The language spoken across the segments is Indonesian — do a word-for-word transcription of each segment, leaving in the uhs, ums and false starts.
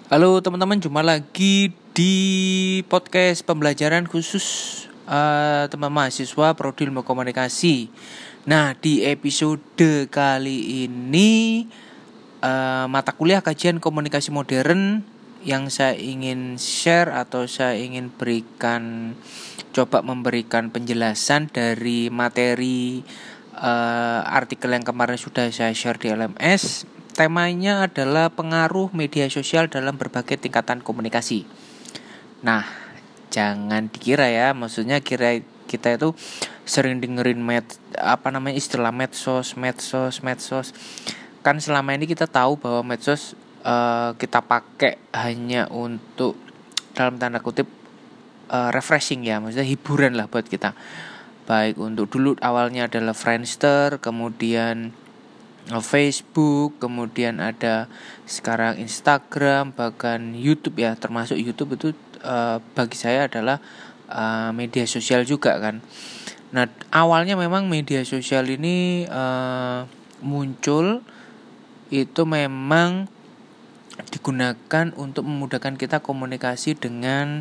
Halo teman-teman, jumpa lagi di podcast pembelajaran khusus uh, teman mahasiswa Prodi Ilmu Komunikasi. Nah, di episode kali ini uh, mata kuliah kajian komunikasi modern yang saya ingin share atau saya ingin berikan coba memberikan penjelasan dari materi uh, artikel yang kemarin sudah saya share di L M S. Temanya adalah pengaruh media sosial dalam berbagai tingkatan komunikasi. Nah, jangan dikira ya, maksudnya kira kita itu sering dengerin med, apa namanya istilah medsos, medsos, medsos. Kan selama ini kita tahu bahwa medsos uh, kita pakai hanya untuk dalam tanda kutip uh, refreshing ya, maksudnya hiburan lah buat kita. Baik untuk dulu awalnya adalah Friendster, kemudian Facebook, kemudian ada sekarang Instagram, bahkan YouTube ya, termasuk YouTube itu uh, bagi saya adalah uh, media sosial juga kan. Nah, awalnya memang media sosial ini uh, muncul itu memang digunakan untuk memudahkan kita komunikasi dengan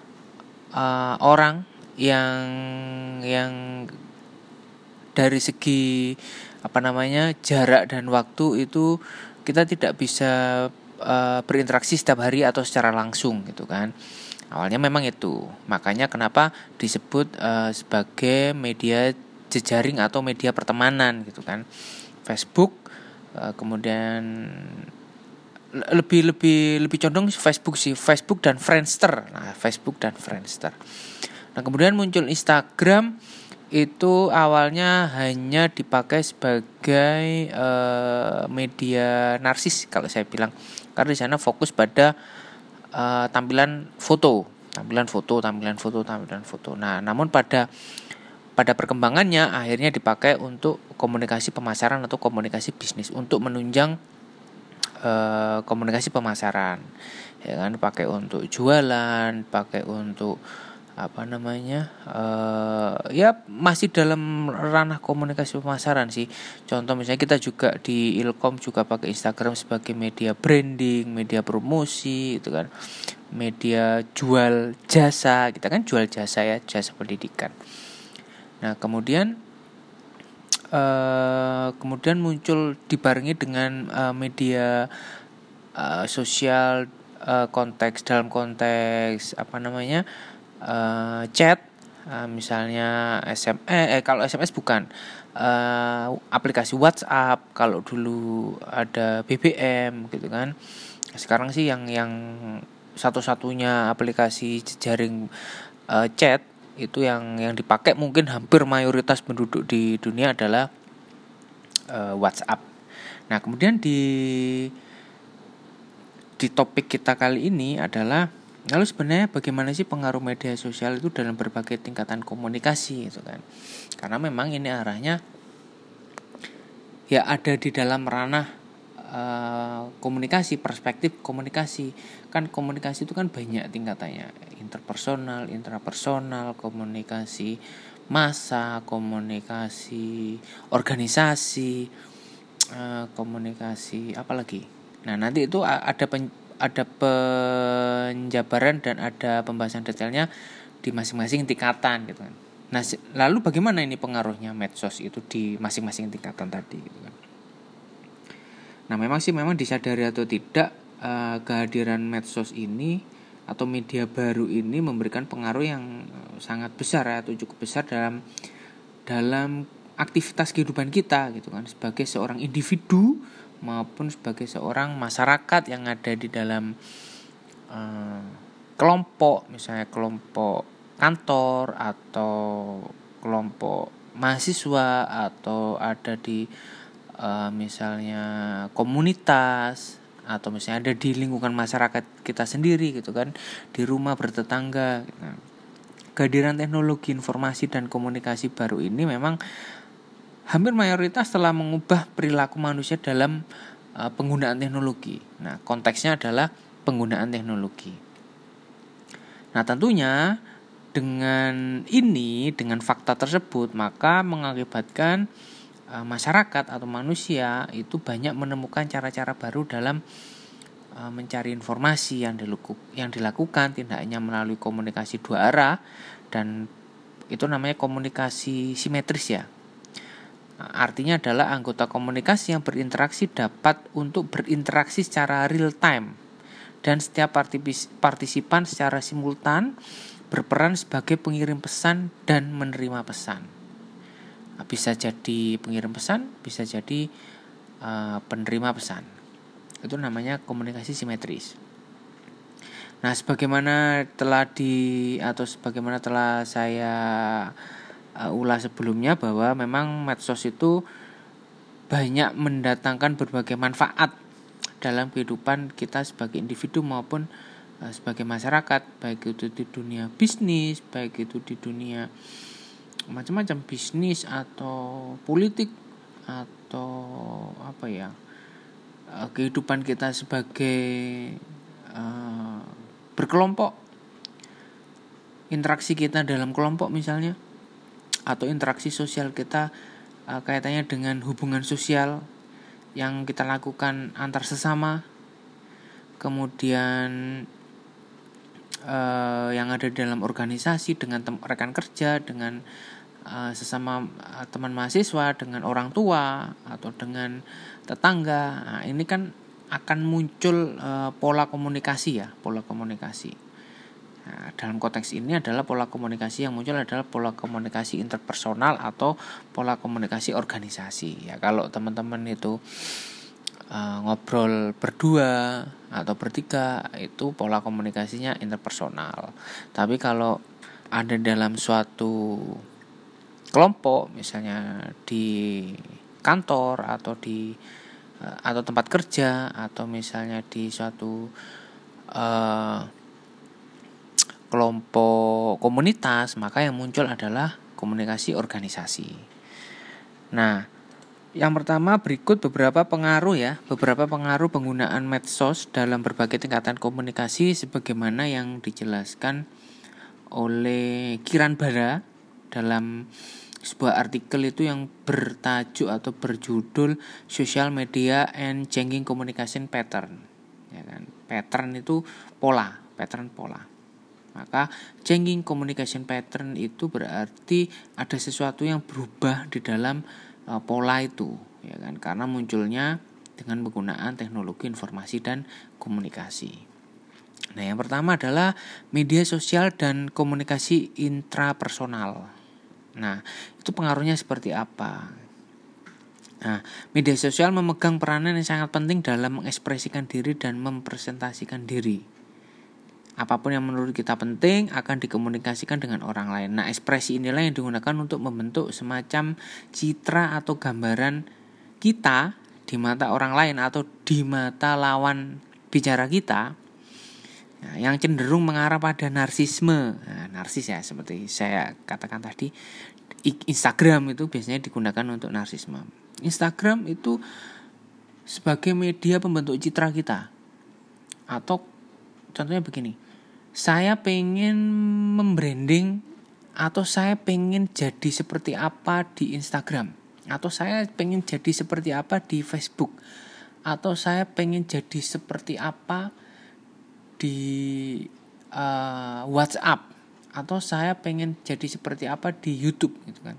uh, orang yang yang dari segi apa namanya jarak dan waktu itu kita tidak bisa uh, berinteraksi setiap hari atau secara langsung gitu kan. Awalnya memang itu, makanya kenapa disebut uh, sebagai media jejaring atau media pertemanan gitu kan. Facebook uh, kemudian lebih lebih lebih condong Facebook sih, Facebook dan Friendster. Nah, Facebook dan Friendster. Nah, kemudian muncul Instagram. Itu awalnya hanya dipakai sebagai uh, media narsis kalau saya bilang, karena di sana fokus pada uh, tampilan foto, tampilan foto, tampilan foto, tampilan foto. Nah, namun pada pada perkembangannya akhirnya dipakai untuk komunikasi pemasaran atau komunikasi bisnis untuk menunjang uh, komunikasi pemasaran, ya kan, pakai untuk jualan, pakai untuk apa namanya uh, ya masih dalam ranah komunikasi pemasaran sih. Contoh misalnya kita juga di Ilkom juga pakai Instagram sebagai media branding, media promosi itu kan, media jual jasa, kita kan jual jasa ya, jasa pendidikan. Nah kemudian uh, kemudian muncul dibarengi dengan uh, media uh, sosial uh, konteks dalam konteks apa namanya Uh, chat, uh, misalnya S M S, eh kalau S M S bukan, uh, aplikasi WhatsApp. Kalau dulu ada B B M gitu kan. Sekarang sih yang yang satu-satunya aplikasi jejaring uh, chat itu yang yang dipakai mungkin hampir mayoritas penduduk di dunia adalah uh, WhatsApp. Nah kemudian di di topik kita kali ini adalah lalu sebenarnya bagaimana sih pengaruh media sosial itu dalam berbagai tingkatan komunikasi itu kan. Karena memang ini arahnya ya ada di dalam ranah uh, komunikasi, perspektif komunikasi. Kan komunikasi itu kan banyak tingkatannya, interpersonal, intrapersonal, komunikasi massa, komunikasi organisasi, uh, komunikasi apa lagi. Nah, nanti itu ada pen ada penjabaran dan ada pembahasan detailnya di masing-masing tingkatan gitu kan. Nah, lalu bagaimana ini pengaruhnya medsos itu di masing-masing tingkatan tadi gitu kan. Nah, memang sih memang disadari atau tidak eh, kehadiran medsos ini atau media baru ini memberikan pengaruh yang sangat besar ya, atau cukup besar dalam dalam aktivitas kehidupan kita gitu kan, sebagai seorang individu maupun sebagai seorang masyarakat yang ada di dalam uh, kelompok, misalnya kelompok kantor atau kelompok mahasiswa atau ada di uh, misalnya komunitas atau misalnya ada di lingkungan masyarakat kita sendiri gitu kan, di rumah bertetangga. Nah, kehadiran teknologi informasi dan komunikasi baru ini memang hampir mayoritas telah mengubah perilaku manusia dalam uh, penggunaan teknologi. Nah, konteksnya adalah penggunaan teknologi. Nah, tentunya dengan ini, dengan fakta tersebut, maka mengakibatkan uh, masyarakat atau manusia itu banyak menemukan cara-cara baru dalam uh, mencari informasi yang dilaku, yang dilakukan tidak hanya melalui komunikasi dua arah, dan itu namanya komunikasi simetris ya. Artinya adalah anggota komunikasi yang berinteraksi dapat untuk berinteraksi secara real time, dan setiap partisipan secara simultan berperan sebagai pengirim pesan dan menerima pesan. Bisa jadi pengirim pesan, bisa jadi uh, penerima pesan. Itu namanya komunikasi simetris. Nah, sebagaimana telah di atau sebagaimana telah saya Uh, ulas sebelumnya, bahwa memang medsos itu banyak mendatangkan berbagai manfaat dalam kehidupan kita sebagai individu maupun uh, sebagai masyarakat, baik itu di dunia bisnis, baik itu di dunia macam-macam bisnis atau politik atau apa ya, uh, kehidupan kita sebagai uh, berkelompok, interaksi kita dalam kelompok misalnya, atau interaksi sosial kita uh, kaitannya dengan hubungan sosial yang kita lakukan antar sesama, kemudian uh, yang ada dalam organisasi dengan tem- rekan kerja, dengan uh, sesama uh, teman mahasiswa, dengan orang tua atau dengan tetangga. Nah, ini kan akan muncul uh, pola komunikasi ya, pola komunikasi. Nah, dalam konteks ini adalah pola komunikasi yang muncul adalah pola komunikasi interpersonal atau pola komunikasi organisasi. Ya, kalau teman-teman itu uh, ngobrol berdua atau bertiga, itu pola komunikasinya interpersonal. Tapi kalau ada dalam suatu kelompok, misalnya di kantor atau di uh, atau tempat kerja, atau misalnya di suatu uh, kelompok komunitas, maka yang muncul adalah komunikasi organisasi. Nah, yang pertama berikut beberapa pengaruh ya, beberapa pengaruh penggunaan medsos dalam berbagai tingkatan komunikasi sebagaimana yang dijelaskan oleh Kiran Bara dalam sebuah artikel itu yang bertajuk atau berjudul Social Media and Changing Communication Pattern. Ya kan? Pattern itu pola, pattern pola. Maka changing communication pattern itu berarti ada sesuatu yang berubah di dalam uh, pola itu, ya kan? Karena munculnya dengan penggunaan teknologi informasi dan komunikasi. Nah, yang pertama adalah media sosial dan komunikasi intrapersonal. Nah, itu pengaruhnya seperti apa? Nah, media sosial memegang peranan yang sangat penting dalam mengekspresikan diri dan mempresentasikan diri. Apapun yang menurut kita penting akan dikomunikasikan dengan orang lain. Nah, ekspresi inilah yang digunakan untuk membentuk semacam citra atau gambaran kita di mata orang lain atau di mata lawan bicara kita, nah, yang cenderung mengarah pada narsisme. Nah, narsis ya, seperti saya katakan tadi, Instagram itu biasanya digunakan untuk narsisme. Instagram itu sebagai media pembentuk citra kita. Atau contohnya begini, saya pengen membranding atau saya pengen jadi seperti apa di Instagram, atau saya pengen jadi seperti apa di Facebook, atau saya pengen jadi seperti apa di uh, WhatsApp, atau saya pengen jadi seperti apa di YouTube gitu kan.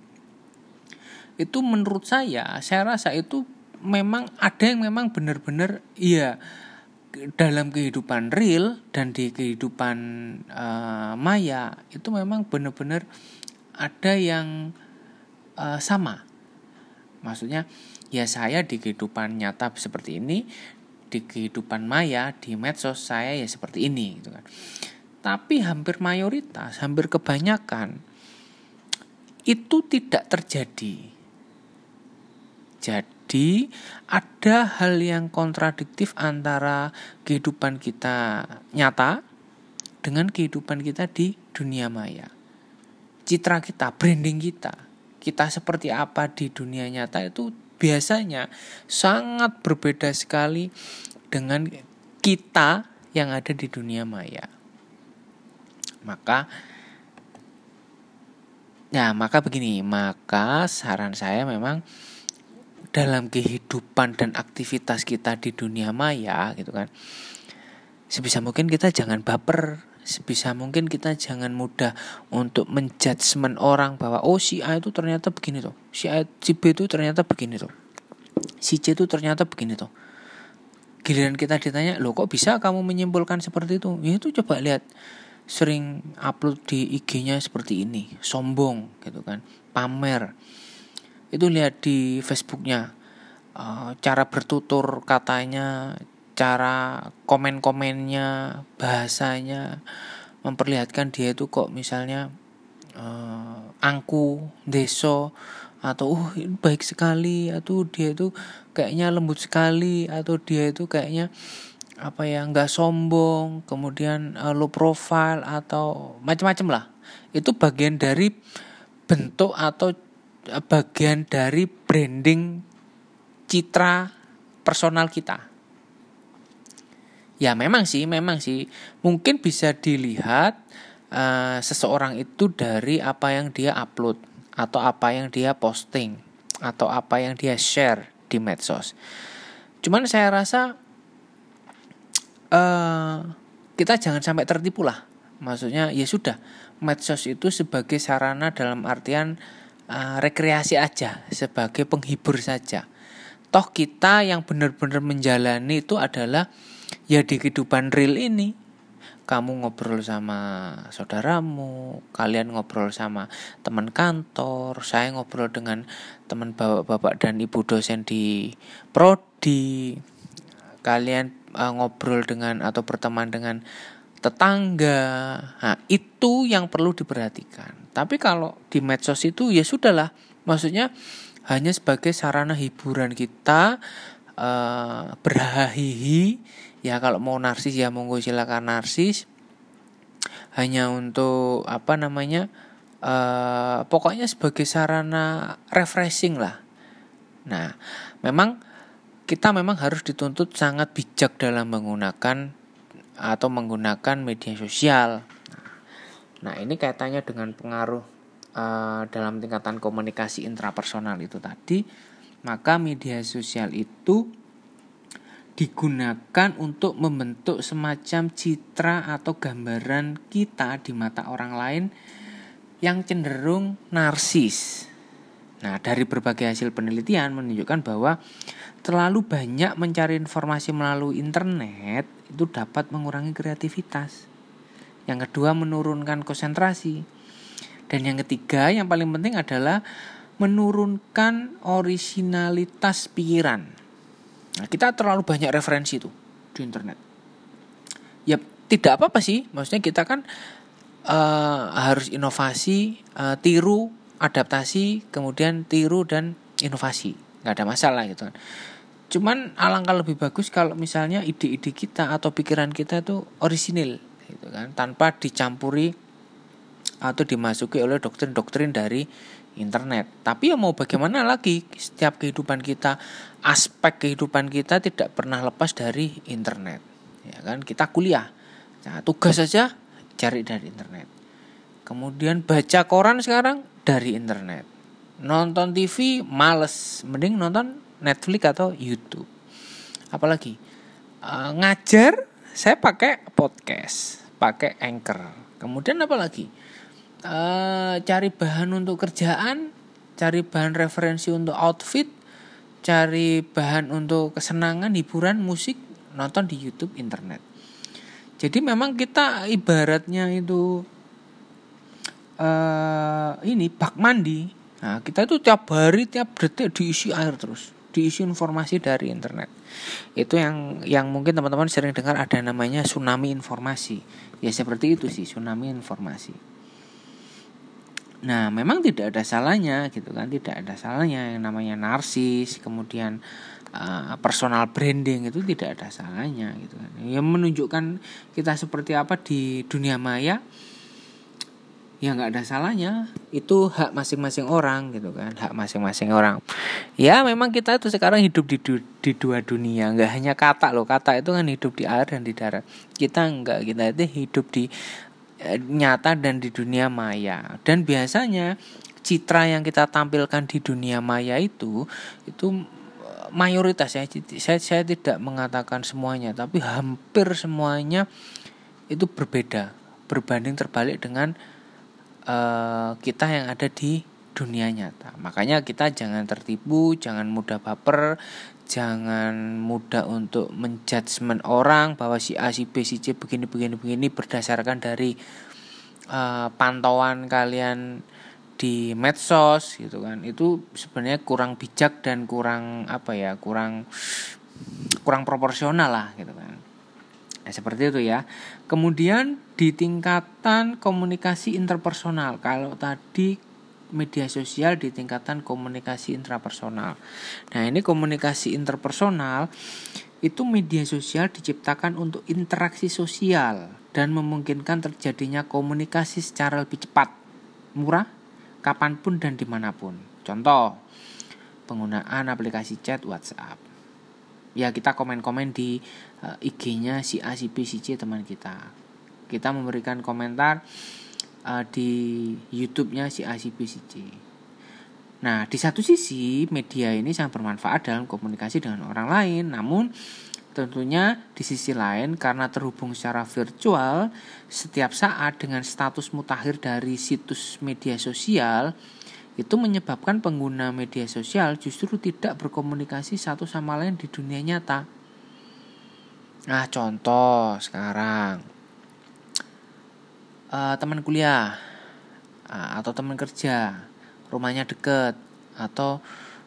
Itu menurut saya, saya rasa itu memang ada yang memang benar-benar iya dalam kehidupan real dan di kehidupan uh, maya itu memang benar-benar ada yang uh, sama. Maksudnya ya saya di kehidupan nyata seperti ini, di kehidupan maya di medsos saya ya seperti ini gitu kan. Tapi hampir mayoritas, hampir kebanyakan itu tidak terjadi. Jadi ada hal yang kontradiktif antara kehidupan kita nyata dengan kehidupan kita di dunia maya. Citra kita, branding kita, kita seperti apa di dunia nyata itu biasanya sangat berbeda sekali dengan kita yang ada di dunia maya. Maka ya maka begini, maka saran saya memang dalam kehidupan dan aktivitas kita di dunia maya gitu kan, sebisa mungkin kita jangan baper, sebisa mungkin kita jangan mudah untuk menjudgment orang bahwa oh si A itu ternyata begini tuh, si A, si B itu ternyata begini tuh, si C itu ternyata begini tuh. Giliran kita ditanya, loh kok bisa kamu menyimpulkan seperti itu? Ya itu coba lihat, sering upload di I G-nya seperti ini, sombong gitu kan, pamer. Itu lihat di Facebook-nya, uh, cara bertutur katanya, cara komen-komennya, bahasanya memperlihatkan dia itu kok misalnya uh, angku, deso, atau uh baik sekali, atau dia itu kayaknya lembut sekali, atau dia itu kayaknya apa ya nggak sombong, kemudian uh, low profile atau macam-macam lah. Itu bagian dari bentuk atau uh, bagian dari branding citra personal kita. Ya memang sih, memang sih mungkin bisa dilihat uh, seseorang itu dari apa yang dia upload, atau apa yang dia posting, atau apa yang dia share di medsos. Cuman saya rasa uh, kita jangan sampai tertipu lah. Maksudnya ya sudah, medsos itu sebagai sarana dalam artian uh, rekreasi aja, sebagai penghibur saja. Toh kita yang benar-benar menjalani itu adalah ya di kehidupan real ini. Kamu ngobrol sama saudaramu, kalian ngobrol sama teman kantor, saya ngobrol dengan teman bapak-bapak dan ibu dosen di prodi, kalian uh, ngobrol dengan atau berteman dengan tetangga. Nah, itu yang perlu diperhatikan. Tapi kalau di medsos itu ya sudahlah, maksudnya hanya sebagai sarana hiburan kita, uh, berhahihi. Ya kalau mau narsis ya monggo silakan narsis. Hanya untuk apa namanya, uh, pokoknya sebagai sarana refreshing lah. Nah, memang kita memang harus dituntut sangat bijak dalam menggunakan atau menggunakan media sosial. Nah, ini kaitannya dengan pengaruh uh, dalam tingkatan komunikasi intrapersonal itu tadi. Maka media sosial itu digunakan untuk membentuk semacam citra atau gambaran kita di mata orang lain yang cenderung narsis. Nah, dari berbagai hasil penelitian menunjukkan bahwa terlalu banyak mencari informasi melalui internet itu dapat mengurangi kreativitas. Yang kedua, menurunkan konsentrasi. Dan yang ketiga, yang paling penting adalah menurunkan originalitas pikiran. Nah, kita terlalu banyak referensi tuh di internet. Ya tidak apa-apa sih, maksudnya kita kan uh, harus inovasi, uh, tiru, adaptasi, kemudian tiru dan inovasi, nggak ada masalah gitu kan. Cuman alangkah lebih bagus kalau misalnya ide-ide kita atau pikiran kita itu orisinil, gitu kan, tanpa dicampuri atau dimasuki oleh doktrin-doktrin dari internet. Tapi ya mau bagaimana lagi, setiap kehidupan kita, aspek kehidupan kita tidak pernah lepas dari internet. Ya kan, kita kuliah, nah, tugas saja cari dari internet. Kemudian baca koran sekarang dari internet. Nonton T V males, mending nonton Netflix atau YouTube. Apalagi uh, ngajar saya pakai podcast, pakai Anchor. Kemudian apa lagi? Uh, cari bahan untuk kerjaan, cari bahan referensi untuk outfit, cari bahan untuk kesenangan, hiburan, musik, nonton di YouTube, internet. Jadi memang kita ibaratnya itu uh, ini bak mandi. Nah, kita itu tiap hari, tiap detik diisi air terus, diisi informasi dari internet. Itu yang yang mungkin teman-teman sering dengar ada namanya tsunami informasi. Ya seperti itu sih, tsunami informasi. Nah, memang tidak ada salahnya gitu kan, tidak ada salahnya yang namanya narsis, kemudian uh, personal branding itu tidak ada salahnya gitu kan. Yang menunjukkan kita seperti apa di dunia maya, ya nggak ada salahnya. Itu hak masing-masing orang gitu kan, hak masing-masing orang. Ya memang kita itu sekarang hidup di du- di dua dunia, nggak hanya kata loh, kata itu kan hidup di air dan di darat. Kita enggak, kita itu hidup di nyata dan di dunia maya. Dan biasanya citra yang kita tampilkan di dunia maya itu itu mayoritas ya, saya saya tidak mengatakan semuanya, tapi hampir semuanya itu berbeda, berbanding terbalik dengan uh, kita yang ada di dunia nyata. Makanya kita jangan tertipu, jangan mudah baper, jangan mudah untuk menjudgment orang bahwa si A, si B, si C begini begini begini berdasarkan dari uh, pantauan kalian di medsos gitu kan. Itu sebenarnya kurang bijak dan kurang apa ya, kurang kurang proporsional lah gitu kan. Nah, seperti itu ya. Kemudian di tingkatan komunikasi interpersonal, kalau tadi media sosial di tingkatan komunikasi intrapersonal. Nah, ini komunikasi interpersonal itu media sosial diciptakan untuk interaksi sosial dan memungkinkan terjadinya komunikasi secara lebih cepat, murah, kapanpun dan dimanapun. Contoh, penggunaan aplikasi chat WhatsApp. Ya, kita komen-komen di uh, I G-nya si A, si B, si C teman kita. Kita memberikan komentar uh, di YouTube-nya si A, si B, si C. Nah, di satu sisi media ini sangat bermanfaat dalam komunikasi dengan orang lain. Namun tentunya di sisi lain karena terhubung secara virtual setiap saat dengan status mutakhir dari situs media sosial, itu menyebabkan pengguna media sosial justru tidak berkomunikasi satu sama lain di dunia nyata. Nah, contoh sekarang uh, teman kuliah uh, atau teman kerja, rumahnya deket atau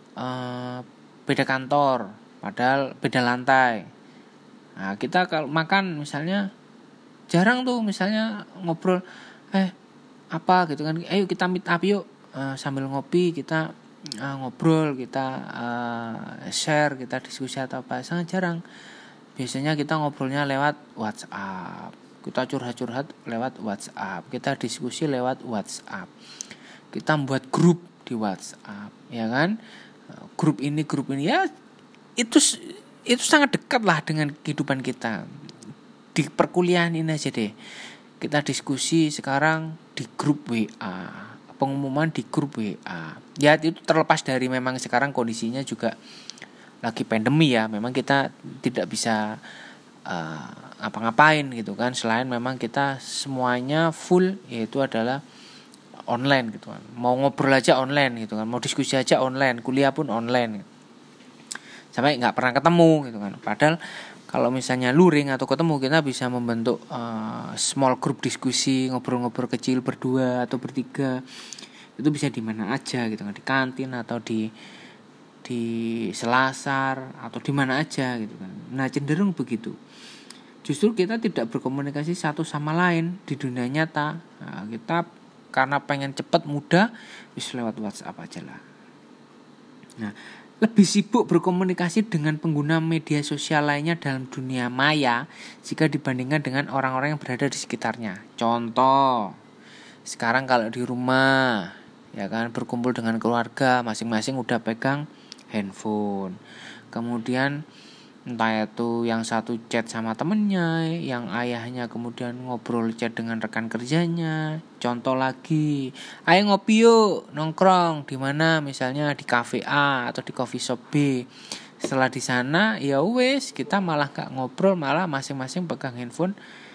uh, beda kantor, padahal beda lantai. Nah, kita kalau makan misalnya jarang tuh misalnya ngobrol eh apa gitu kan, ayo kita meet up yuk, uh, sambil ngopi kita uh, ngobrol, kita uh, share, kita diskusi atau apa, sangat jarang. Biasanya kita ngobrolnya lewat WhatsApp, kita curhat-curhat lewat WhatsApp, kita diskusi lewat WhatsApp, kita membuat grup di WhatsApp, ya kan, grup ini grup ini ya itu itu sangat dekat lah dengan kehidupan kita. Di perkuliahan ini aja deh, kita diskusi sekarang di grup W A, pengumuman di grup W A. Ya itu terlepas dari memang sekarang kondisinya juga lagi pandemi ya, memang kita tidak bisa uh, apa-ngapain gitu kan, selain memang kita semuanya full yaitu adalah online gitu kan. Mau ngobrol aja online gitu kan, mau diskusi aja online, kuliah pun online gitu. Sampai nggak pernah ketemu gitu kan. Padahal kalau misalnya luring atau ketemu, kita bisa membentuk uh, small group diskusi, ngobrol-ngobrol kecil berdua atau bertiga. Itu bisa di mana aja gitu kan, di kantin atau di di selasar atau di mana aja gitu kan. Nah, cenderung begitu. Justru kita tidak berkomunikasi satu sama lain di dunia nyata. Nah, kita karena pengen cepat mudah, bisa lewat WhatsApp aja lah. Nah, lebih sibuk berkomunikasi dengan pengguna media sosial lainnya dalam dunia maya jika dibandingkan dengan orang-orang yang berada di sekitarnya. Contoh, sekarang kalau di rumah, ya kan, berkumpul dengan keluarga, masing-masing udah pegang handphone. Kemudian entah itu yang satu chat sama temennya, yang ayahnya kemudian ngobrol chat dengan rekan kerjanya. Contoh lagi, ayo ngopi yuk, nongkrong di mana, misalnya di cafe A atau di coffee shop B. Setelah di sana ya wes, kita malah gak ngobrol, malah masing-masing pegang handphone,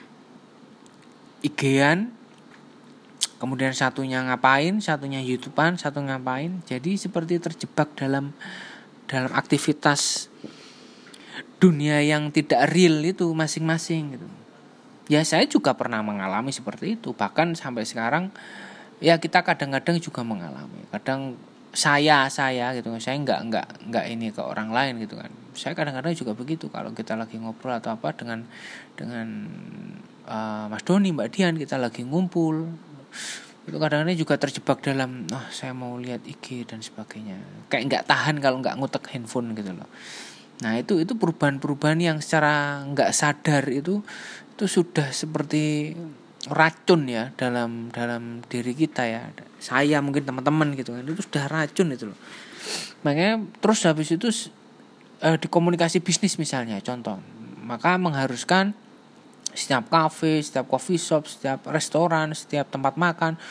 I G-an. Kemudian satunya ngapain, satunya YouTubean, satu ngapain. Jadi seperti terjebak dalam dalam aktivitas dunia yang tidak real itu masing-masing gitu. Ya saya juga pernah mengalami seperti itu. Bahkan sampai sekarang ya kita kadang-kadang juga mengalami. Kadang saya saya gitu, saya nggak nggak nggak ini ke orang lain gitu kan. Saya kadang-kadang juga begitu, kalau kita lagi ngobrol atau apa dengan dengan uh, Mas Doni, Mbak Dian, kita lagi ngumpul, itu kadang-kadang juga terjebak dalam oh saya mau lihat I G dan sebagainya. Kayak nggak tahan kalau nggak ngutek handphone gitu loh. Nah itu itu perubahan-perubahan yang secara nggak sadar itu itu sudah seperti racun ya dalam dalam diri kita ya. Saya mungkin teman-teman gitu kan, itu sudah racun itu loh. Makanya terus habis itu eh, di komunikasi bisnis misalnya contoh, maka mengharuskan setiap kafe, setiap coffee shop, setiap restoran, setiap tempat makan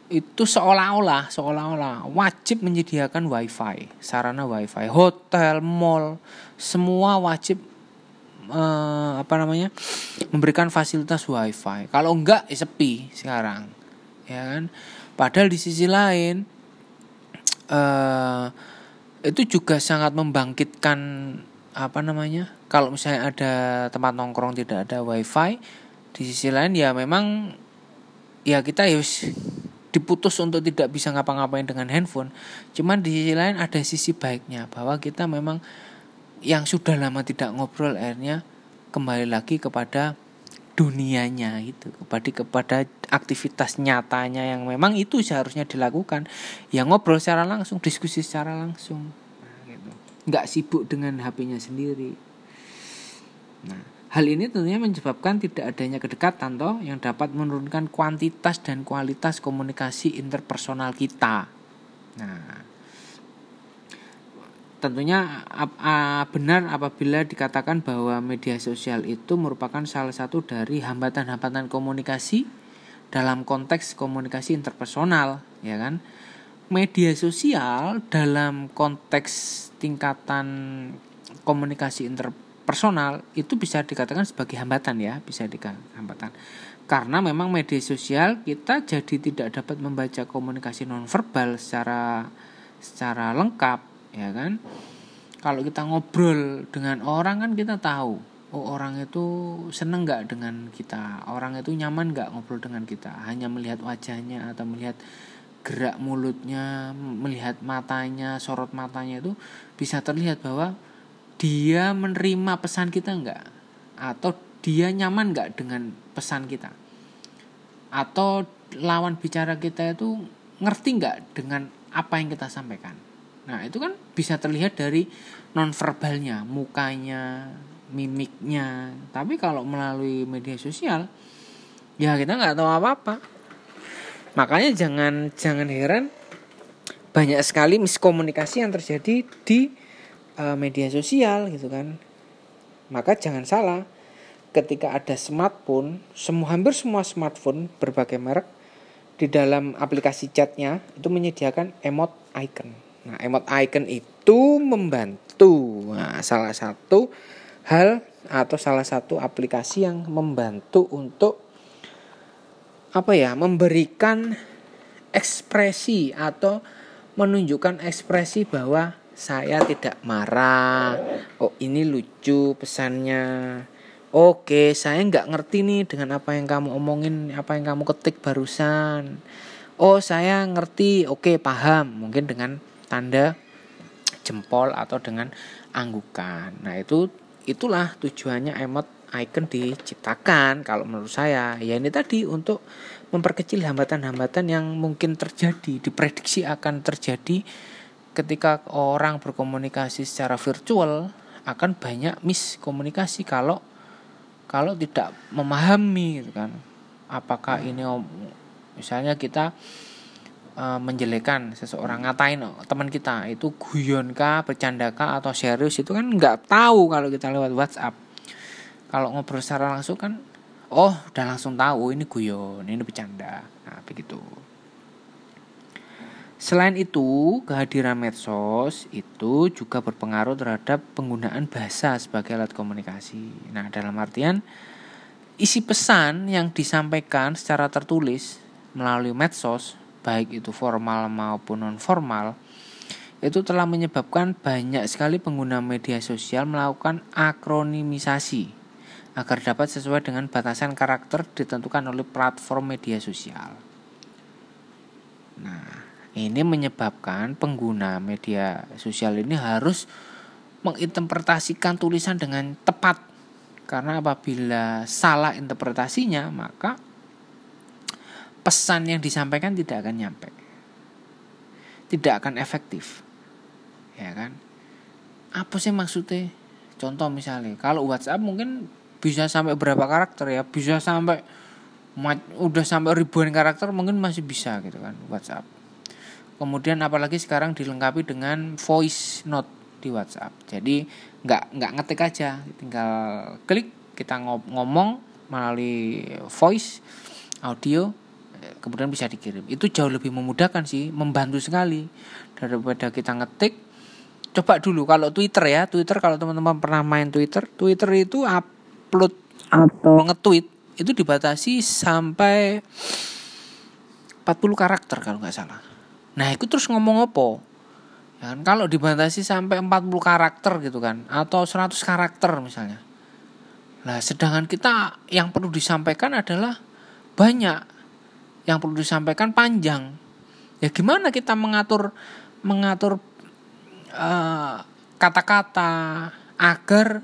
itu seolah-olah seolah-olah wajib menyediakan wifi, sarana wifi, hotel, mall, semua wajib eh, apa namanya memberikan fasilitas wifi. Kalau enggak ya sepi sekarang, ya kan. Padahal di sisi lain eh, itu juga sangat membangkitkan apa namanya, kalau misalnya ada tempat nongkrong tidak ada wifi, di sisi lain ya memang ya kita harus diputus untuk tidak bisa ngapa-ngapain dengan handphone. Cuman di sisi lain ada sisi baiknya, bahwa kita memang yang sudah lama tidak ngobrol akhirnya kembali lagi kepada dunianya gitu, kepada kepada aktivitas nyatanya yang memang itu seharusnya dilakukan, ya ngobrol secara langsung, diskusi secara langsung. Nah, gitu. Nggak sibuk dengan H P-nya sendiri. Nah, hal ini tentunya menyebabkan tidak adanya kedekatan toh yang dapat menurunkan kuantitas dan kualitas komunikasi interpersonal kita. Nah, tentunya benar apabila dikatakan bahwa media sosial itu merupakan salah satu dari hambatan-hambatan komunikasi dalam konteks komunikasi interpersonal, ya kan? Media sosial dalam konteks tingkatan komunikasi interpersonal itu bisa dikatakan sebagai hambatan ya, bisa dikatakan hambatan. Karena memang media sosial kita jadi tidak dapat membaca komunikasi nonverbal secara secara lengkap, ya kan. Kalau kita ngobrol dengan orang kan kita tahu, oh orang itu seneng nggak dengan kita, orang itu nyaman nggak ngobrol dengan kita. Hanya melihat wajahnya atau melihat gerak mulutnya, melihat matanya, sorot matanya itu bisa terlihat bahwa dia menerima pesan kita nggak, atau dia nyaman nggak dengan pesan kita, atau lawan bicara kita itu ngerti nggak dengan apa yang kita sampaikan. Nah itu kan bisa terlihat dari nonverbalnya, mukanya, mimiknya. Tapi kalau melalui media sosial, ya kita nggak tahu apa-apa. Makanya jangan jangan heran banyak sekali miskomunikasi yang terjadi di uh, media sosial gitu kan. Maka jangan salah, ketika ada smartphone, semua hampir semua smartphone berbagai merek di dalam aplikasi chatnya itu menyediakan emot icon. Nah, emot icon itu membantu. Nah, salah satu hal atau salah satu aplikasi yang membantu untuk apa ya, memberikan ekspresi atau menunjukkan ekspresi bahwa saya tidak marah. Oh, ini lucu pesannya. Oke, saya nggak ngerti nih dengan apa yang kamu omongin, apa yang kamu ketik barusan. Oh, saya ngerti. Oke, paham. Mungkin dengan tanda jempol atau dengan anggukan. Nah, itu itulah tujuannya emot icon diciptakan kalau menurut saya. Ya ini tadi untuk memperkecil hambatan-hambatan yang mungkin terjadi, diprediksi akan terjadi ketika orang berkomunikasi secara virtual, akan banyak miskomunikasi kalau kalau tidak memahami gitu kan. Apakah ini misalnya kita uh, menjelekan seseorang, ngatain oh, teman kita itu guyon kah, bercanda kah atau serius, itu kan nggak tahu kalau kita lewat WhatsApp. Kalau ngobrol secara langsung kan, oh udah langsung tahu ini guyon, ini bercanda. Nah begitu. Selain itu, kehadiran medsos itu juga berpengaruh terhadap penggunaan bahasa sebagai alat komunikasi. Nah dalam artian, isi pesan yang disampaikan secara tertulis melalui medsos, baik itu formal maupun non formal, itu telah menyebabkan banyak sekali pengguna media sosial melakukan akronimisasi agar dapat sesuai dengan batasan karakter ditentukan oleh platform media sosial. Nah, ini menyebabkan pengguna media sosial ini harus menginterpretasikan tulisan dengan tepat. Karena apabila salah interpretasinya, maka pesan yang disampaikan tidak akan nyampe. Tidak akan efektif. Ya kan? Apa sih maksudnya? Contoh misalnya, kalau WhatsApp mungkin bisa sampai berapa karakter ya, bisa sampai udah sampai ribuan karakter mungkin masih bisa gitu kan WhatsApp. Kemudian apalagi sekarang dilengkapi dengan voice note di WhatsApp. Jadi nggak nggak ngetik aja, tinggal klik kita ngomong melalui voice audio, kemudian bisa dikirim. Itu jauh lebih memudahkan sih, membantu sekali daripada kita ngetik. Coba dulu kalau Twitter ya, Twitter kalau teman-teman pernah main Twitter, Twitter itu upload atau nge-tweet itu dibatasi sampai empat puluh karakter kalau nggak salah. Nah itu terus ngomong apa? Ya kan, kalau dibatasi sampai empat puluh karakter gitu kan, atau seratus karakter misalnya. Nah sedangkan kita yang perlu disampaikan adalah banyak, yang perlu disampaikan panjang. Ya gimana kita mengatur mengatur uh, kata-kata agar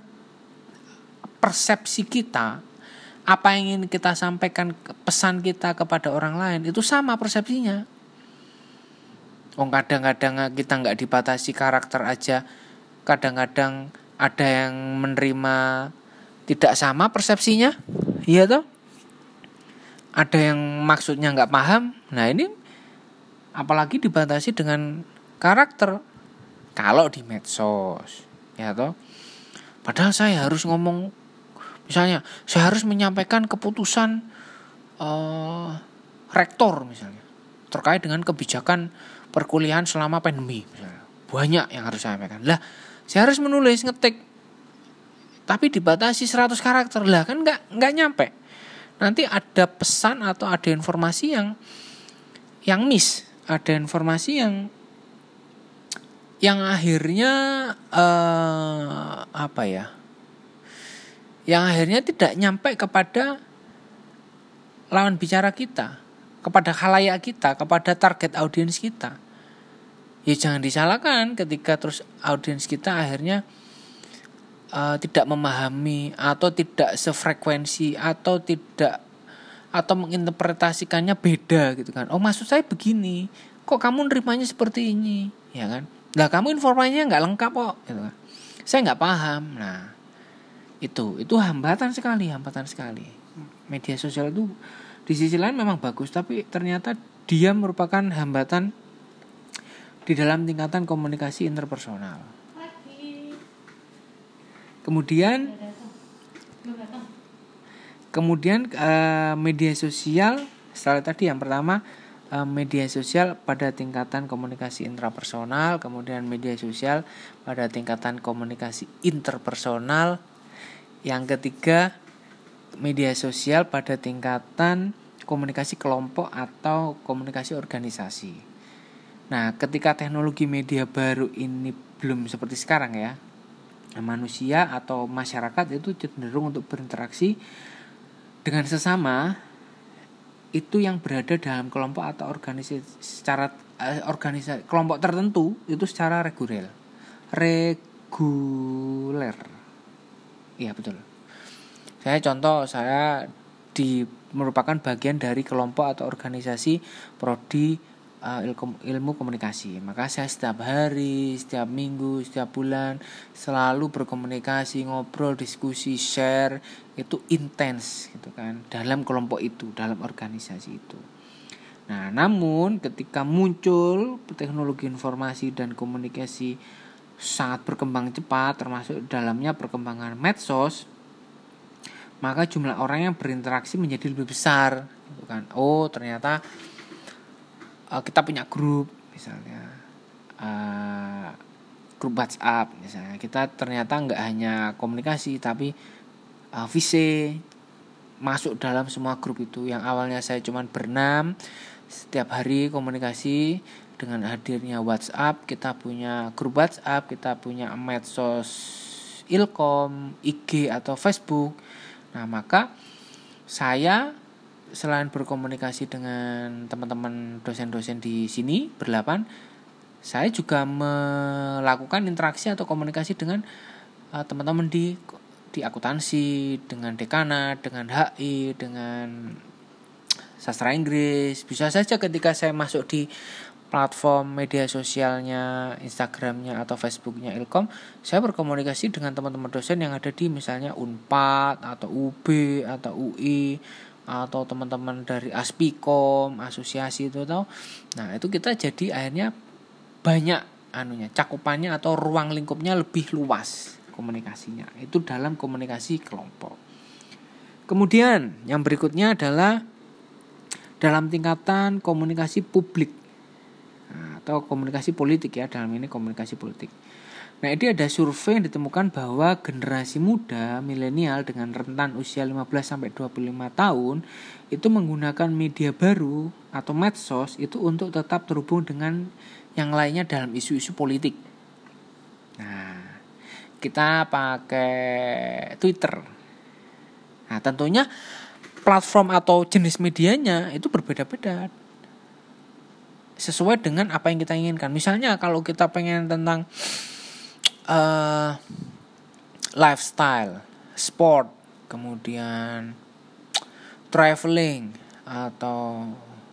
persepsi kita, apa yang ingin kita sampaikan, pesan kita kepada orang lain itu sama persepsinya. Oh kadang-kadang kita nggak dibatasi karakter aja, kadang-kadang ada yang menerima tidak sama persepsinya, iya toh? Ada yang maksudnya nggak paham. Nah ini apalagi dibatasi dengan karakter. Kalau di medsos, ya toh. Padahal saya harus ngomong, misalnya saya harus menyampaikan keputusan uh, rektor misalnya terkait dengan kebijakan perkuliahan selama pandemi misalnya. Banyak yang harus saya sampaikan. Lah, saya harus menulis ngetik. Tapi dibatasi seratus karakter. Lah kan enggak enggak nyampe. Nanti ada pesan atau ada informasi yang yang miss, ada informasi yang yang akhirnya uh, apa ya? Yang akhirnya tidak nyampe kepada lawan bicara kita, kepada khalayak kita, kepada target audiens kita. Ya jangan disalahkan ketika terus audiens kita akhirnya uh, tidak memahami atau tidak sefrekuensi atau tidak atau menginterpretasikannya beda gitu kan. Oh maksud saya begini, kok kamu nerimanya seperti ini, ya kan? Lah kamu informasinya nggak lengkap kok, gitu kan? Saya nggak paham. Nah itu itu hambatan sekali, hambatan sekali. Media sosial itu di sisi lain memang bagus, tapi ternyata dia merupakan hambatan di dalam tingkatan komunikasi interpersonal. Kemudian kemudian uh, media sosial, setelah tadi yang pertama uh, media sosial pada tingkatan komunikasi intrapersonal, kemudian media sosial pada tingkatan komunikasi interpersonal. Yang ketiga, media sosial pada tingkatan komunikasi kelompok atau komunikasi organisasi. Nah, ketika teknologi media baru ini belum seperti sekarang ya, manusia atau masyarakat itu cenderung untuk berinteraksi dengan sesama itu yang berada dalam kelompok atau organisasi secara eh, organisasi kelompok tertentu itu secara reguler. Reguler. Iya betul. Saya contoh saya di merupakan bagian dari kelompok atau organisasi prodi uh, ilmu, ilmu komunikasi. Maka saya setiap hari, setiap minggu, setiap bulan selalu berkomunikasi, ngobrol, diskusi, share itu intens gitu kan dalam kelompok itu, dalam organisasi itu. Nah, namun ketika muncul teknologi informasi dan komunikasi sangat berkembang cepat, termasuk dalamnya perkembangan medsos, maka jumlah orang yang berinteraksi menjadi lebih besar gitu kan. Oh ternyata uh, kita punya grup misalnya uh, grup WhatsApp misalnya, kita ternyata nggak hanya komunikasi tapi uh, visi masuk dalam semua grup itu. Yang awalnya saya cuma berenam setiap hari komunikasi, dengan hadirnya WhatsApp kita punya grup WhatsApp, kita punya medsos Ilkom, I G atau Facebook. Nah maka saya selain berkomunikasi dengan teman-teman dosen-dosen di sini berdelapan, saya juga melakukan interaksi atau komunikasi dengan uh, teman-teman di di akuntansi, dengan dekanat, dengan H I, dengan sastra Inggris. Bisa saja ketika saya masuk di platform media sosialnya, Instagramnya atau Facebooknya Ilkom, saya berkomunikasi dengan teman-teman dosen yang ada di misalnya Unpad atau U B atau U I atau teman-teman dari Aspikom, asosiasi itu tau. Nah itu kita jadi akhirnya banyak anunya, cakupannya atau ruang lingkupnya lebih luas komunikasinya. Itu dalam komunikasi kelompok. Kemudian yang berikutnya adalah dalam tingkatan komunikasi publik nah, atau komunikasi politik ya, dalam ini komunikasi politik. Nah, ini ada survei yang ditemukan bahwa generasi muda milenial dengan rentan usia lima belas sampai dua puluh lima tahun itu menggunakan media baru atau medsos itu untuk tetap terhubung dengan yang lainnya dalam isu-isu politik. Nah, kita pakai Twitter. Nah, tentunya platform atau jenis medianya itu berbeda-beda sesuai dengan apa yang kita inginkan. Misalnya kalau kita pengen tentang uh, lifestyle, sport, kemudian traveling atau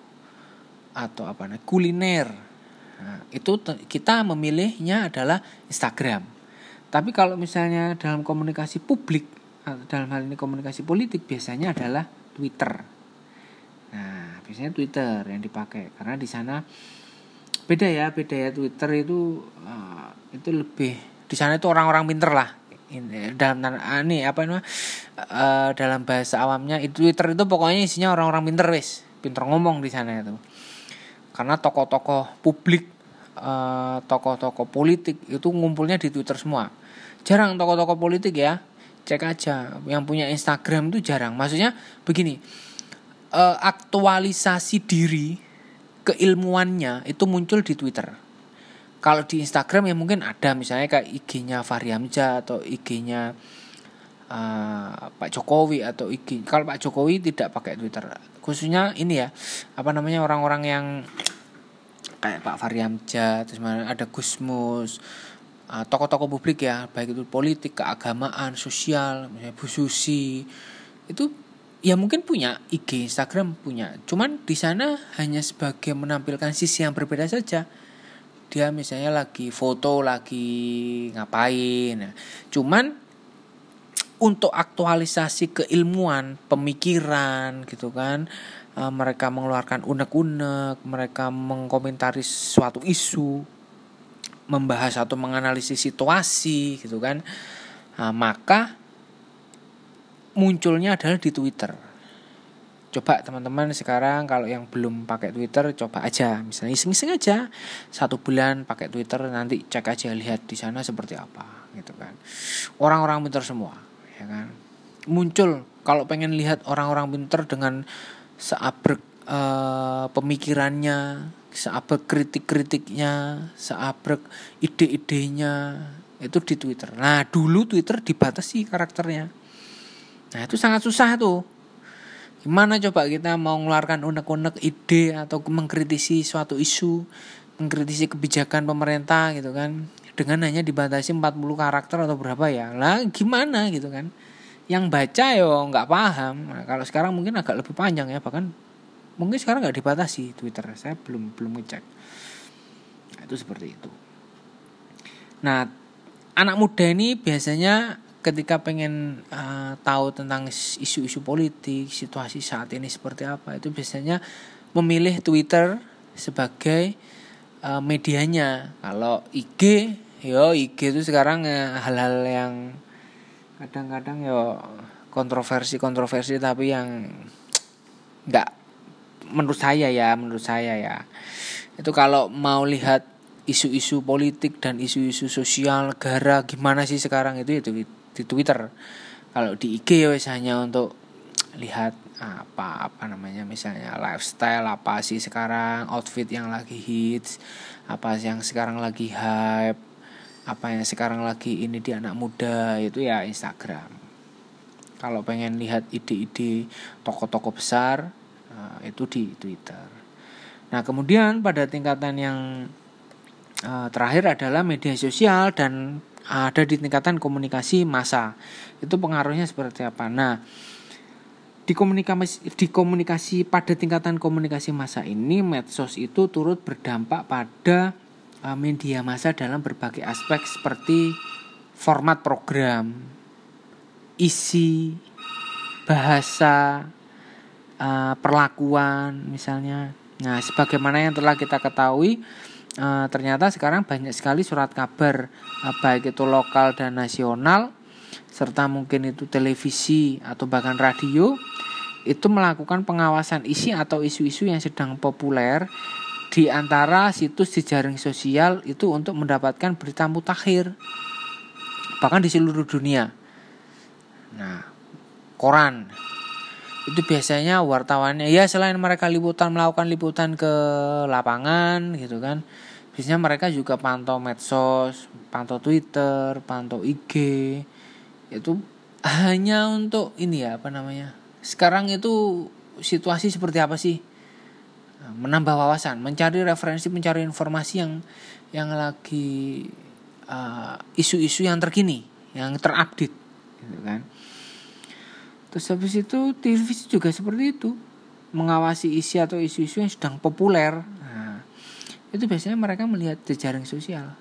atau apa namanya kuliner, nah, itu te- kita memilihnya adalah Instagram. Tapi kalau misalnya dalam komunikasi publik, dalam hal ini komunikasi politik, biasanya adalah Twitter. Nah, biasanya Twitter yang dipakai karena di sana beda ya, beda ya Twitter itu uh, itu lebih di sana itu orang-orang pinter lah. Ini, dalam ini apa namanya uh, dalam bahasa awamnya itu Twitter itu pokoknya isinya orang-orang pinter wis, pinter ngomong di sana itu. Karena tokoh-tokoh publik, uh, tokoh-tokoh politik itu ngumpulnya di Twitter semua. Jarang tokoh-tokoh politik ya, cek aja yang punya Instagram itu jarang. Maksudnya begini, uh, aktualisasi diri keilmuannya itu muncul di Twitter. Kalau di Instagram ya mungkin ada misalnya kayak I G-nya Fahri Hamzah atau I G-nya uh, Pak Jokowi atau I G. Kalau Pak Jokowi tidak pakai Twitter. Khususnya ini ya, apa namanya orang-orang yang kayak Pak Fahri Hamzah, terus ada Gusmus, uh, tokoh-tokoh publik ya, baik itu politik, keagamaan, sosial, misalnya Bu Susi. Itu ya mungkin punya I G, Instagram punya. Cuman di sana hanya sebagai menampilkan sisi yang berbeda saja. Dia misalnya lagi foto, lagi ngapain. Nah, cuman untuk aktualisasi keilmuan, pemikiran gitu kan, e, mereka mengeluarkan unek-unek, mereka mengkomentari suatu isu, membahas atau menganalisis situasi gitu kan. Nah, maka munculnya adalah di Twitter. Coba teman-teman sekarang kalau yang belum pakai Twitter coba aja, misalnya iseng-iseng aja satu bulan pakai Twitter, nanti cek aja lihat di sana seperti apa gitu kan. Orang-orang pintar semua, ya kan. Muncul kalau pengen lihat orang-orang pintar dengan seabrek uh, pemikirannya, seabrek kritik-kritiknya, seabrek ide-idenya itu di Twitter. Nah, dulu Twitter dibatasi karakternya. Nah, itu sangat susah tuh. Gimana coba kita mau mengeluarkan unek-unek ide atau mengkritisi suatu isu, mengkritisi kebijakan pemerintah gitu kan, dengan hanya dibatasi empat puluh karakter atau berapa ya. Lah gimana gitu kan. Yang baca yo enggak paham. Nah, kalau sekarang mungkin agak lebih panjang ya, bahkan mungkin sekarang enggak dibatasi Twitter. Saya belum belum ngecek. Nah, itu seperti itu. Nah, anak muda ini biasanya ketika pengen uh, tahu tentang isu-isu politik, situasi saat ini seperti apa, itu biasanya memilih Twitter sebagai uh, medianya. Kalau I G, yo I G itu sekarang uh, hal-hal yang kadang-kadang yo kontroversi-kontroversi tapi yang enggak, menurut saya ya, menurut saya ya. Itu kalau mau lihat isu-isu politik dan isu-isu sosial negara gimana sih sekarang itu itu di Twitter. Kalau di I G ya hanya untuk lihat apa apa namanya misalnya lifestyle apa sih sekarang, outfit yang lagi hits, apa yang sekarang lagi hype, apa yang sekarang lagi ini di anak muda, itu ya Instagram. Kalau pengen lihat ide-ide tokoh-tokoh besar, nah, itu di Twitter. Nah, kemudian pada tingkatan yang uh, terakhir adalah media sosial dan ada di tingkatan komunikasi massa. Itu pengaruhnya seperti apa? Nah, di komunikasi di komunikasi pada tingkatan komunikasi massa ini, medsos itu turut berdampak pada uh, media massa dalam berbagai aspek seperti format program, isi, bahasa, uh, perlakuan misalnya. Nah, sebagaimana yang telah kita ketahui, Uh, ternyata sekarang banyak sekali surat kabar, uh, baik itu lokal dan nasional, serta mungkin itu televisi atau bahkan radio, itu melakukan pengawasan isi atau isu-isu yang sedang populer di antara situs jejaring sosial itu untuk mendapatkan berita mutakhir bahkan di seluruh dunia. Nah, koran itu biasanya wartawannya ya selain mereka liputan melakukan liputan ke lapangan gitu kan, biasanya mereka juga pantau medsos, pantau Twitter, pantau I G. Itu hanya untuk ini ya apa namanya? Sekarang itu situasi seperti apa sih? Menambah wawasan, mencari referensi, mencari informasi yang yang lagi uh, isu-isu yang terkini, yang terupdate, gitu kan. Terus habis itu televisi juga seperti itu, mengawasi isi atau isu-isu yang sedang populer. Nah, itu biasanya mereka melihat jejaring sosial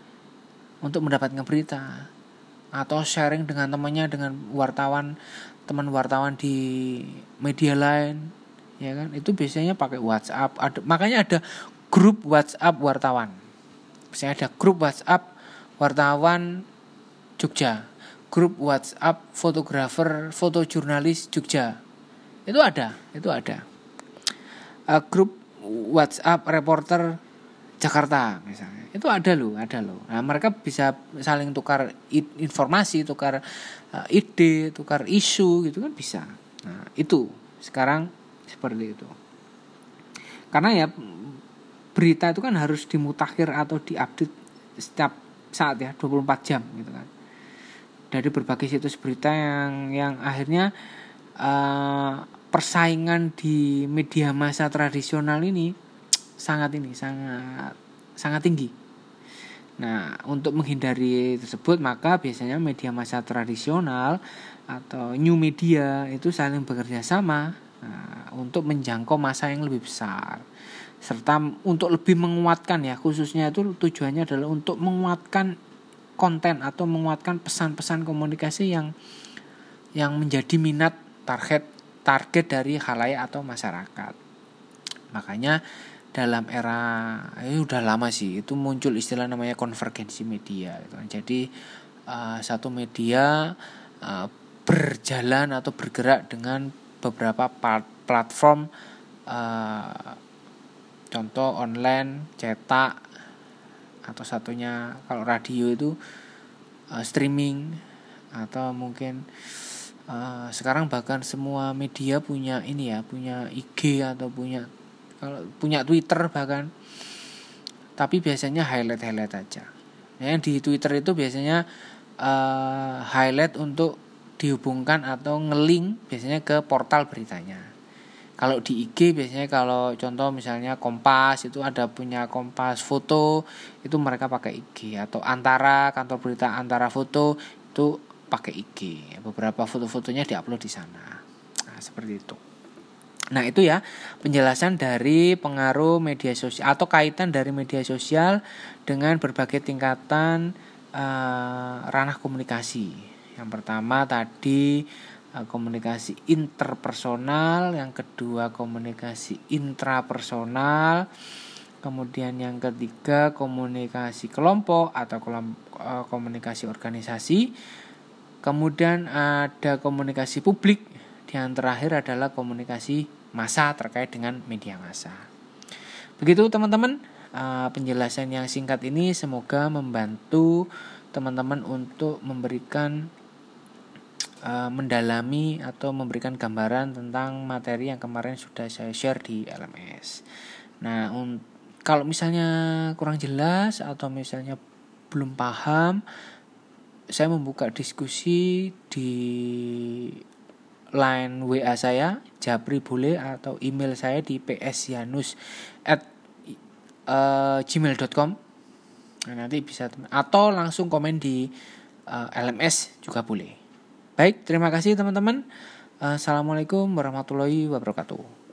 untuk mendapatkan berita atau sharing dengan temannya, dengan wartawan, teman wartawan di media lain. Ya kan, itu biasanya pakai WhatsApp. Ada, makanya ada grup WhatsApp wartawan. Misalnya ada grup WhatsApp wartawan Jogja, grup WhatsApp fotografer, fotojurnalis Jogja. Itu ada, itu ada. Uh, grup WhatsApp reporter Jakarta misalnya. Itu ada loh, ada loh. Nah, mereka bisa saling tukar informasi, tukar uh, ide, tukar isu gitu kan bisa. Nah, itu sekarang seperti itu. Karena ya berita itu kan harus dimutakhir atau diupdate setiap saat ya, dua puluh empat jam gitu kan. Dari berbagai situs berita yang yang akhirnya uh, persaingan di media massa tradisional ini sangat ini sangat sangat tinggi. Nah, untuk menghindari tersebut maka biasanya media massa tradisional atau new media itu saling bekerja sama. Nah, untuk menjangkau massa yang lebih besar serta untuk lebih menguatkan ya, khususnya itu tujuannya adalah untuk menguatkan konten atau menguatkan pesan-pesan komunikasi yang yang menjadi minat target target dari khalayak atau masyarakat. Makanya dalam era ini udah lama sih itu muncul istilah namanya konvergensi media gitu. Jadi uh, satu media uh, berjalan atau bergerak dengan beberapa platform, uh, contoh online, cetak, atau satunya kalau radio itu uh, streaming, atau mungkin uh, sekarang bahkan semua media punya ini ya, punya I G atau punya kalau punya Twitter bahkan, tapi biasanya highlight-highlight aja. Yang di Twitter itu biasanya uh, highlight untuk dihubungkan atau nge-link biasanya ke portal beritanya. Kalau di I G biasanya kalau contoh misalnya Kompas itu ada punya Kompas Foto, itu mereka pakai I G, atau Antara, kantor berita Antara Foto itu pakai I G. Beberapa foto-fotonya diupload di sana. Nah, seperti itu. Nah, itu ya penjelasan dari pengaruh media sosial atau kaitan dari media sosial dengan berbagai tingkatan uh, ranah komunikasi. Yang pertama tadi komunikasi interpersonal, yang kedua komunikasi intrapersonal, kemudian yang ketiga komunikasi kelompok atau komunikasi organisasi, kemudian ada komunikasi publik, dan terakhir adalah komunikasi massa terkait dengan media massa. Begitu teman-teman, penjelasan yang singkat ini semoga membantu teman-teman untuk memberikan Uh, mendalami atau memberikan gambaran tentang materi yang kemarin sudah saya share di L M S. Nah, un- kalau misalnya kurang jelas atau misalnya belum paham, saya membuka diskusi di line W A saya, Japri boleh, atau email saya di psyanus at gmail dot com. Nah, nanti bisa atau langsung komen di uh, L M S juga boleh. Baik, terima kasih teman-teman. Assalamualaikum warahmatullahi wabarakatuh.